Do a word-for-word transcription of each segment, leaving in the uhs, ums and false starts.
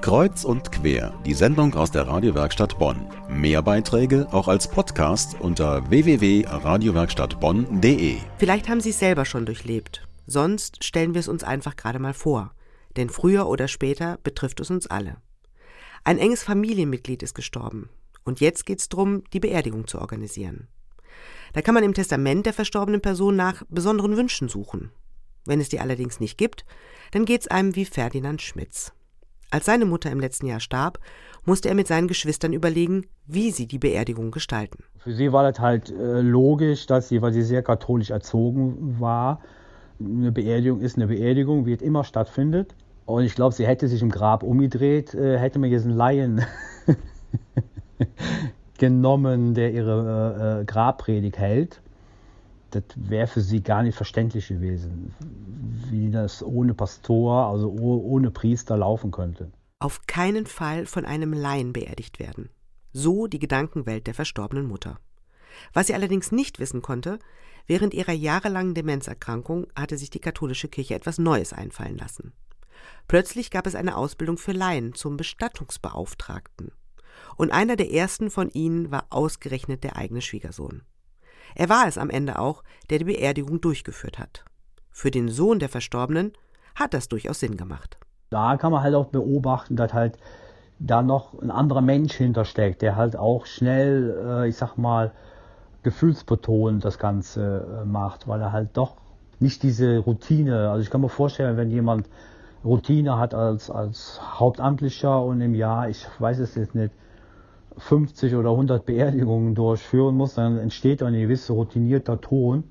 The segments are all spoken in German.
Kreuz und quer, die Sendung aus der Radiowerkstatt Bonn. Mehr Beiträge auch als Podcast unter w w w punkt radiowerkstattbonn punkt d e. Vielleicht haben Sie es selber schon durchlebt. Sonst stellen wir es uns einfach gerade mal vor. Denn früher oder später betrifft es uns alle. Ein enges Familienmitglied ist gestorben. Und jetzt geht es darum, die Beerdigung zu organisieren. Da kann man im Testament der verstorbenen Person nach besonderen Wünschen suchen. Wenn es die allerdings nicht gibt, dann geht es einem wie Ferdinand Schmitz. Als seine Mutter im letzten Jahr starb, musste er mit seinen Geschwistern überlegen, wie sie die Beerdigung gestalten. Für sie war das halt äh, logisch, dass sie, weil sie sehr katholisch erzogen war, eine Beerdigung ist eine Beerdigung, wie es immer stattfindet. Und ich glaube, sie hätte sich im Grab umgedreht, äh, hätte man jetzt einen Laien genommen, der ihre äh, Grabpredigt hält. Das wäre für sie gar nicht verständlich gewesen, wie das ohne Pastor, also ohne Priester laufen könnte. Auf keinen Fall von einem Laien beerdigt werden. So die Gedankenwelt der verstorbenen Mutter. Was sie allerdings nicht wissen konnte, während ihrer jahrelangen Demenzerkrankung hatte sich die katholische Kirche etwas Neues einfallen lassen. Plötzlich gab es eine Ausbildung für Laien zum Bestattungsbeauftragten. Und einer der ersten von ihnen war ausgerechnet der eigene Schwiegersohn. Er war es am Ende auch, der die Beerdigung durchgeführt hat. Für den Sohn der Verstorbenen hat das durchaus Sinn gemacht. Da kann man halt auch beobachten, dass halt da noch ein anderer Mensch hintersteckt, der halt auch schnell, äh, ich sag mal, gefühlsbetont das Ganze äh, macht, weil er halt doch nicht diese Routine, also ich kann mir vorstellen, wenn jemand Routine hat als, als Hauptamtlicher und im Jahr, ich weiß es jetzt nicht, fünfzig oder hundert Beerdigungen durchführen muss, dann entsteht ein gewisser routinierter Ton,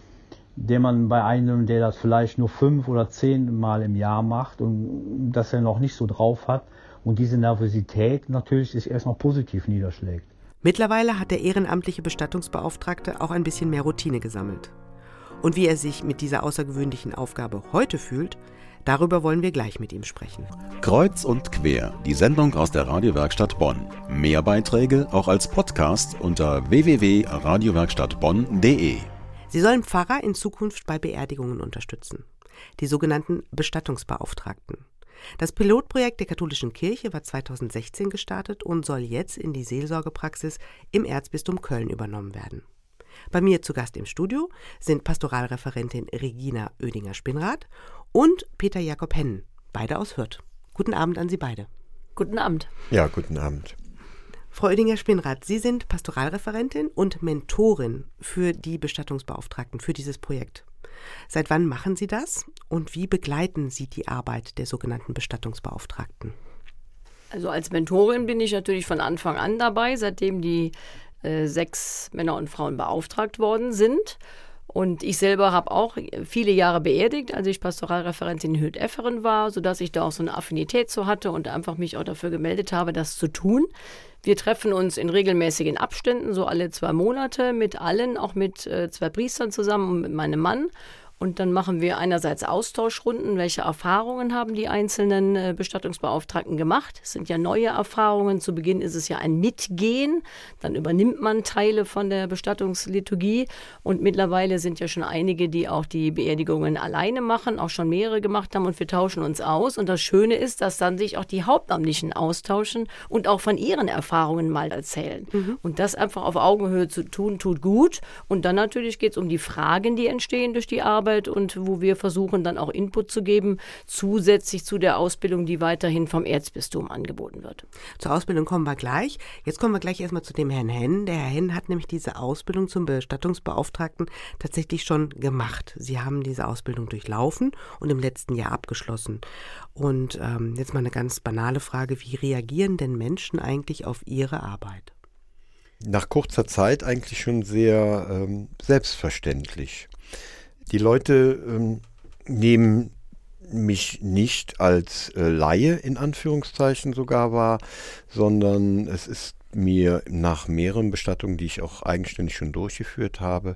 den man bei einem, der das vielleicht nur fünf oder zehn Mal im Jahr macht und das er noch nicht so drauf hat und diese Nervosität natürlich sich erst noch positiv niederschlägt. Mittlerweile hat der ehrenamtliche Bestattungsbeauftragte auch ein bisschen mehr Routine gesammelt. Und wie er sich mit dieser außergewöhnlichen Aufgabe heute fühlt, darüber wollen wir gleich mit ihm sprechen. Kreuz und quer, die Sendung aus der Radiowerkstatt Bonn. Mehr Beiträge auch als Podcast unter w w w punkt radiowerkstattbonn punkt d e. Sie sollen Pfarrer in Zukunft bei Beerdigungen unterstützen. Die sogenannten Bestattungsbeauftragten. Das Pilotprojekt der katholischen Kirche war zweitausendsechzehn gestartet und soll jetzt in die Seelsorgepraxis im Erzbistum Köln übernommen werden. Bei mir zu Gast im Studio sind Pastoralreferentin Regina Oedinger-Spinnrath und Peter Jakob Hennen, beide aus Hürth. Guten Abend an Sie beide. Guten Abend. Ja, guten Abend. Frau Oedinger-Spinnrath, Sie sind Pastoralreferentin und Mentorin für die Bestattungsbeauftragten, für dieses Projekt. Seit wann machen Sie das und wie begleiten Sie die Arbeit der sogenannten Bestattungsbeauftragten? Also als Mentorin bin ich natürlich von Anfang an dabei, seitdem die äh, sechs Männer und Frauen beauftragt worden sind. Und ich selber habe auch viele Jahre beerdigt, als ich Pastoralreferentin in Hürth-Efferen war, sodass ich da auch so eine Affinität zu hatte und einfach mich auch dafür gemeldet habe, das zu tun. Wir treffen uns in regelmäßigen Abständen, so alle zwei Monate, mit allen, auch mit äh, zwei Priestern zusammen und mit meinem Mann. Und dann machen wir einerseits Austauschrunden, welche Erfahrungen haben die einzelnen äh, Bestattungsbeauftragten gemacht. Es sind ja neue Erfahrungen. Zu Beginn ist es ja ein Mitgehen. Dann übernimmt man Teile von der Bestattungsliturgie. Und mittlerweile sind ja schon einige, die auch die Beerdigungen alleine machen, auch schon mehrere gemacht haben. Und wir tauschen uns aus. Und das Schöne ist, dass dann sich auch die Hauptamtlichen austauschen und auch von ihren Erfahrungen mal erzählen. Mhm. Und das einfach auf Augenhöhe zu tun, tut gut. Und dann natürlich geht es um die Fragen, die entstehen durch die Arbeit. Und wo wir versuchen, dann auch Input zu geben, zusätzlich zu der Ausbildung, die weiterhin vom Erzbistum angeboten wird. Zur Ausbildung kommen wir gleich. Jetzt kommen wir gleich erstmal zu dem Herrn Hennen. Der Herr Hennen hat nämlich diese Ausbildung zum Bestattungsbeauftragten tatsächlich schon gemacht. Sie haben diese Ausbildung durchlaufen und im letzten Jahr abgeschlossen. Und ähm, jetzt mal eine ganz banale Frage, wie reagieren denn Menschen eigentlich auf ihre Arbeit? Nach kurzer Zeit eigentlich schon sehr ähm, selbstverständlich. Die Leute ähm, nehmen mich nicht als äh, Laie in Anführungszeichen sogar wahr, sondern es ist mir nach mehreren Bestattungen, die ich auch eigenständig schon durchgeführt habe,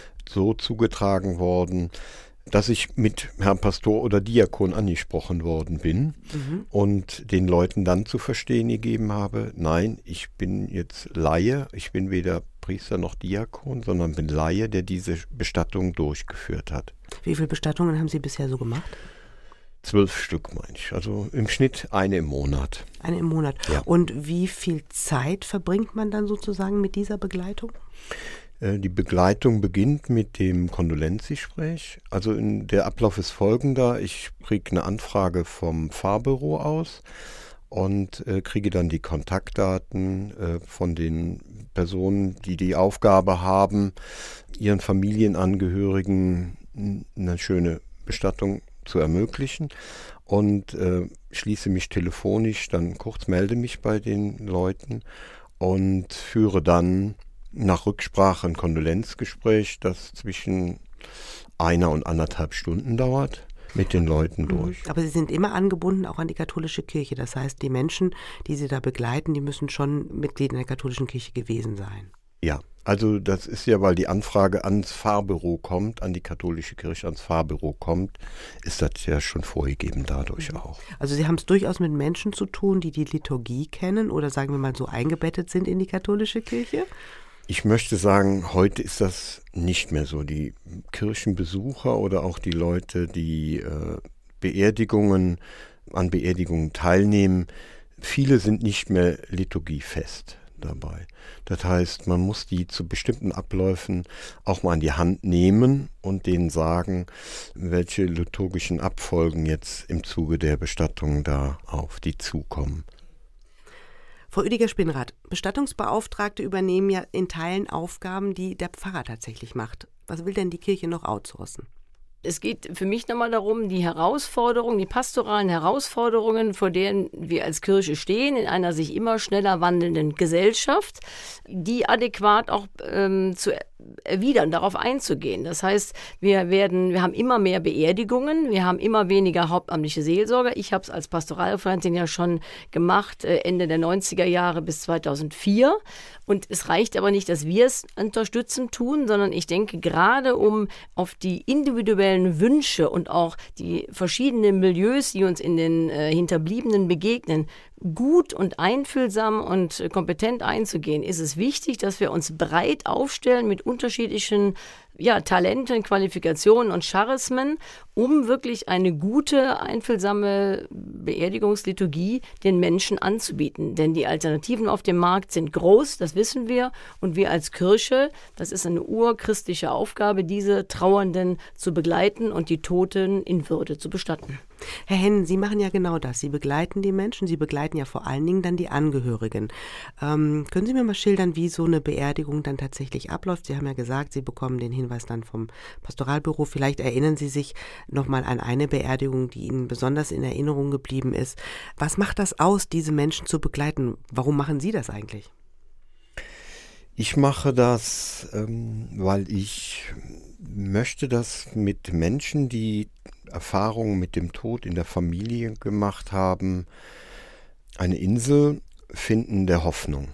so zugetragen worden, dass ich mit Herrn Pastor oder Diakon angesprochen worden bin mhm. und den Leuten dann zu verstehen gegeben habe, nein, ich bin jetzt Laie, ich bin weder Priester noch Diakon, sondern bin Laie, der diese Bestattung durchgeführt hat. Wie viele Bestattungen haben Sie bisher so gemacht? Zwölf Stück, meine ich. Also im Schnitt eine im Monat. Eine im Monat. Ja. Und wie viel Zeit verbringt man dann sozusagen mit dieser Begleitung? Äh, die Begleitung beginnt mit dem Kondolenzgespräch. Also in, der Ablauf ist folgender. Ich kriege eine Anfrage vom Fahrbüro aus und äh, kriege dann die Kontaktdaten äh, von den Personen, die die Aufgabe haben, ihren Familienangehörigen eine schöne Bestattung zu ermöglichen und äh, schließe mich telefonisch, dann kurz melde mich bei den Leuten und führe dann nach Rücksprache ein Kondolenzgespräch, das zwischen einer und anderthalb Stunden dauert, mit den Leuten durch. Aber Sie sind immer angebunden auch an die katholische Kirche. Das heißt, die Menschen, die Sie da begleiten, die müssen schon Mitglied in der katholischen Kirche gewesen sein. Ja, also das ist ja, weil die Anfrage ans Fahrbüro kommt, an die katholische Kirche, ans Fahrbüro kommt, ist das ja schon vorgegeben dadurch auch. Also Sie haben es durchaus mit Menschen zu tun, die die Liturgie kennen oder sagen wir mal so eingebettet sind in die katholische Kirche? Ich möchte sagen, heute ist das nicht mehr so. Die Kirchenbesucher oder auch die Leute, die äh, Beerdigungen, an Beerdigungen teilnehmen, viele sind nicht mehr liturgiefest dabei. Das heißt, man muss die zu bestimmten Abläufen auch mal an die Hand nehmen und denen sagen, welche liturgischen Abfolgen jetzt im Zuge der Bestattung da auf die zukommen. Frau Uediger-Spinrath, Bestattungsbeauftragte übernehmen ja in Teilen Aufgaben, die der Pfarrer tatsächlich macht. Was will denn die Kirche noch outsourcen? Es geht für mich nochmal darum, die Herausforderungen, die pastoralen Herausforderungen, vor denen wir als Kirche stehen, in einer sich immer schneller wandelnden Gesellschaft, die adäquat auch ähm, zu erwidern, darauf einzugehen. Das heißt, wir werden, wir haben immer mehr Beerdigungen, wir haben immer weniger hauptamtliche Seelsorger. Ich habe es als Pastoralreferentin ja schon gemacht, äh, Ende der neunziger Jahre bis zweitausendvier. Und es reicht aber nicht, dass wir es unterstützend tun, sondern ich denke, gerade um auf die individuellen Wünsche und auch die verschiedenen Milieus, die uns in den äh, Hinterbliebenen begegnen, gut und einfühlsam und kompetent einzugehen, ist es wichtig, dass wir uns breit aufstellen mit unterschiedlichen ja, Talenten, Qualifikationen und Charismen, um wirklich eine gute, einfühlsame Beerdigungsliturgie den Menschen anzubieten. Denn die Alternativen auf dem Markt sind groß, das wissen wir. Und wir als Kirche, das ist eine urchristliche Aufgabe, diese Trauernden zu begleiten und die Toten in Würde zu bestatten. Herr Henn, Sie machen ja genau das. Sie begleiten die Menschen, Sie begleiten ja vor allen Dingen dann die Angehörigen. Ähm, können Sie mir mal schildern, wie so eine Beerdigung dann tatsächlich abläuft? Sie haben ja gesagt, Sie bekommen den Hinweis dann vom Pastoralbüro. Vielleicht erinnern Sie sich nochmal an eine Beerdigung, die Ihnen besonders in Erinnerung geblieben ist. Was macht das aus, diese Menschen zu begleiten? Warum machen Sie das eigentlich? Ich mache das, ähm, weil ich möchte das mit Menschen, die Erfahrungen mit dem Tod in der Familie gemacht haben, eine Insel finden der Hoffnung.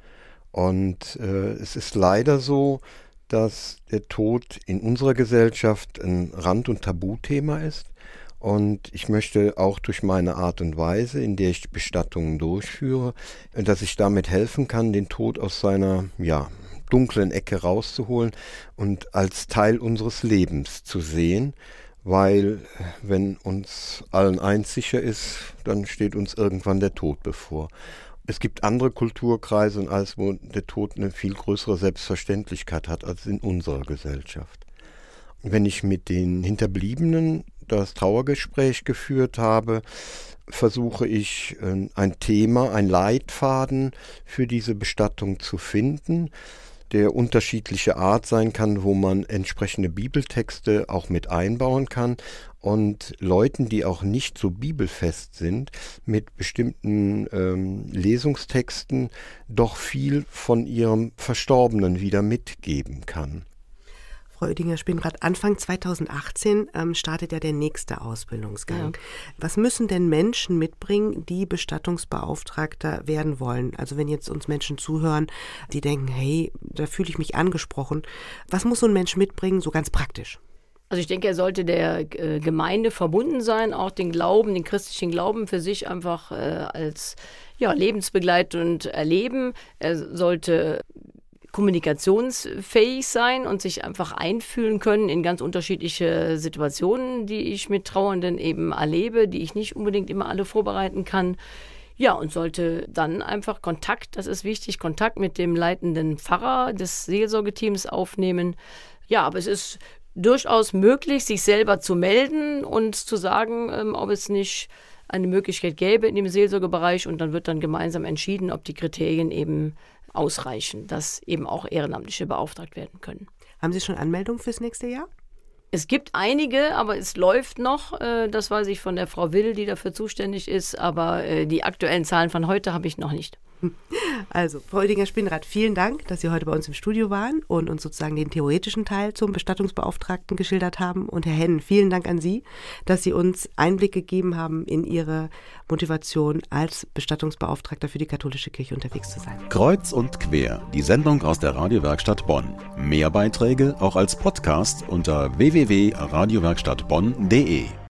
Und äh, es ist leider so, dass der Tod in unserer Gesellschaft ein Rand- und Tabuthema ist. Und ich möchte auch durch meine Art und Weise, in der ich Bestattungen durchführe, dass ich damit helfen kann, den Tod aus seiner, ja, dunklen Ecke rauszuholen und als Teil unseres Lebens zu sehen, weil wenn uns allen eins sicher ist, dann steht uns irgendwann der Tod bevor. Es gibt andere Kulturkreise und alles, wo der Tod eine viel größere Selbstverständlichkeit hat als in unserer Gesellschaft. Wenn ich mit den Hinterbliebenen das Trauergespräch geführt habe, versuche ich ein Thema, ein Leitfaden für diese Bestattung zu finden, der unterschiedliche Art sein kann, wo man entsprechende Bibeltexte auch mit einbauen kann und Leuten, die auch nicht so bibelfest sind, mit bestimmten ähm, Lesungstexten doch viel von ihrem Verstorbenen wieder mitgeben kann. Frau Uediger-Spinrath, Anfang zweitausendachtzehn ähm, startet ja der nächste Ausbildungsgang. Ja. Was müssen denn Menschen mitbringen, die Bestattungsbeauftragter werden wollen? Also wenn jetzt uns Menschen zuhören, die denken, hey, da fühle ich mich angesprochen. Was muss so ein Mensch mitbringen, so ganz praktisch? Also ich denke, er sollte der äh, Gemeinde verbunden sein, auch den Glauben, den christlichen Glauben für sich einfach äh, als ja, lebensbegleitend erleben. Er sollte kommunikationsfähig sein und sich einfach einfühlen können in ganz unterschiedliche Situationen, die ich mit Trauernden eben erlebe, die ich nicht unbedingt immer alle vorbereiten kann. Ja, und sollte dann einfach Kontakt, das ist wichtig, Kontakt mit dem leitenden Pfarrer des Seelsorgeteams aufnehmen. Ja, aber es ist durchaus möglich, sich selber zu melden und zu sagen, ähm, ob es nicht eine Möglichkeit gäbe in dem Seelsorgebereich, und dann wird dann gemeinsam entschieden, ob die Kriterien eben ausreichen, dass eben auch Ehrenamtliche beauftragt werden können. Haben Sie schon Anmeldungen fürs nächste Jahr? Es gibt einige, aber es läuft noch. Das weiß ich von der Frau Will, die dafür zuständig ist. Aber die aktuellen Zahlen von heute habe ich noch nicht. Also, Frau Oedinger-Spinrath, vielen Dank, dass Sie heute bei uns im Studio waren und uns sozusagen den theoretischen Teil zum Bestattungsbeauftragten geschildert haben. Und Herr Hennen, vielen Dank an Sie, dass Sie uns Einblick gegeben haben in Ihre Motivation, als Bestattungsbeauftragter für die katholische Kirche unterwegs zu sein. Kreuz und quer, die Sendung aus der Radiowerkstatt Bonn. Mehr Beiträge auch als Podcast unter w w w punkt radiowerkstattbonn punkt de.